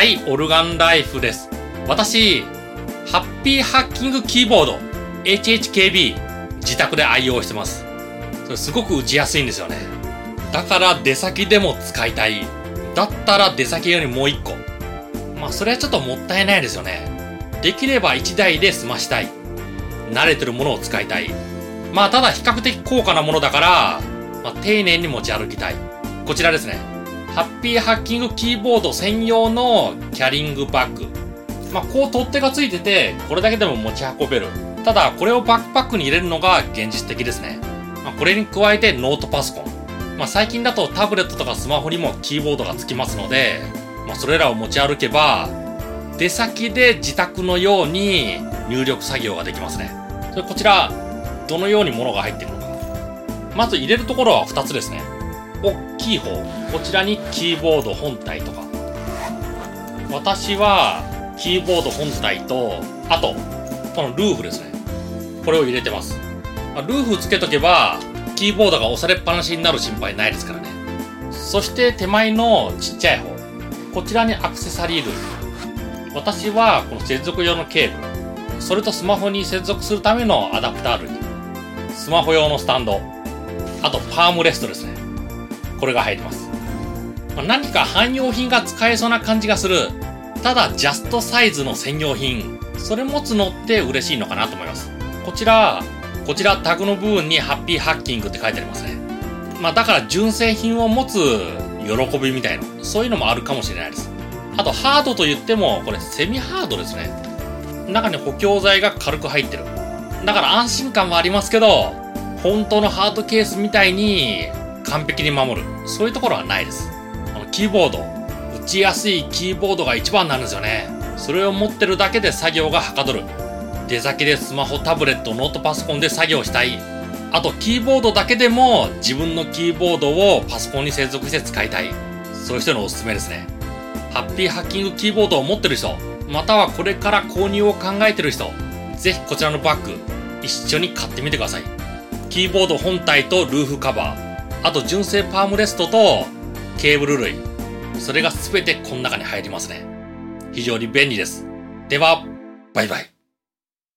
はい、オルガンライフです。私、ハッピーハッキングキーボード HHKB 自宅で愛用してます。それすごく打ちやすいんですよね。だから出先でも使いたい。だったら出先よりもう1個。それはちょっともったいないですよね。できれば1台で済ましたい。慣れてるものを使いたい。ただ比較的高価なものだから、丁寧に持ち歩きたい。こちらですね。ハッピーハッキングキーボード専用のキャリングバッグ。こう取っ手がついてて、これだけでも持ち運べる。ただ、これをバックパックに入れるのが現実的ですね。これに加えてノートパソコン。最近だとタブレットとかスマホにもキーボードがつきますので、それらを持ち歩けば、出先で自宅のように入力作業ができますね。こちら、どのように物が入っているのか。まず入れるところは2つですね。大きい方。こちらにキーボード本体とか。私は、キーボード本体と、あと、このルーフですね。これを入れてます。ルーフつけとけば、キーボードが押されっぱなしになる心配ないですからね。そして手前のちっちゃい方。こちらにアクセサリー類。私はこの接続用のケーブル。それとスマホに接続するためのアダプター類。スマホ用のスタンド。あとパームレストですね。これが入ってます。何か汎用品が使えそうな感じがする。ただジャストサイズの専用品。それ持つのって嬉しいのかなと思います。こちらタグの部分にハッピーハッキングって書いてありますね。だから純正品を持つ喜びみたいな、そういうのもあるかもしれないです。あとハードと言っても、これセミハードですね。中に補強材が軽く入ってる。だから安心感はありますけど、本当のハードケースみたいに完璧に守る。そういうところはないです。キーボード、打ちやすいキーボードが一番なんですよね。それを持ってるだけで作業がはかどる。出先でスマホ、タブレット、ノートパソコンで作業したい。あとキーボードだけでも自分のキーボードをパソコンに接続して使いたい。そういう人のおすすめですね。ハッピーハッキングキーボードを持ってる人、またはこれから購入を考えてる人、ぜひこちらのバッグ一緒に買ってみてください。キーボード本体とルーフカバー、あと純正パームレストとケーブル類、それが全てこの中に入りますね。非常に便利です。では、バイバイ。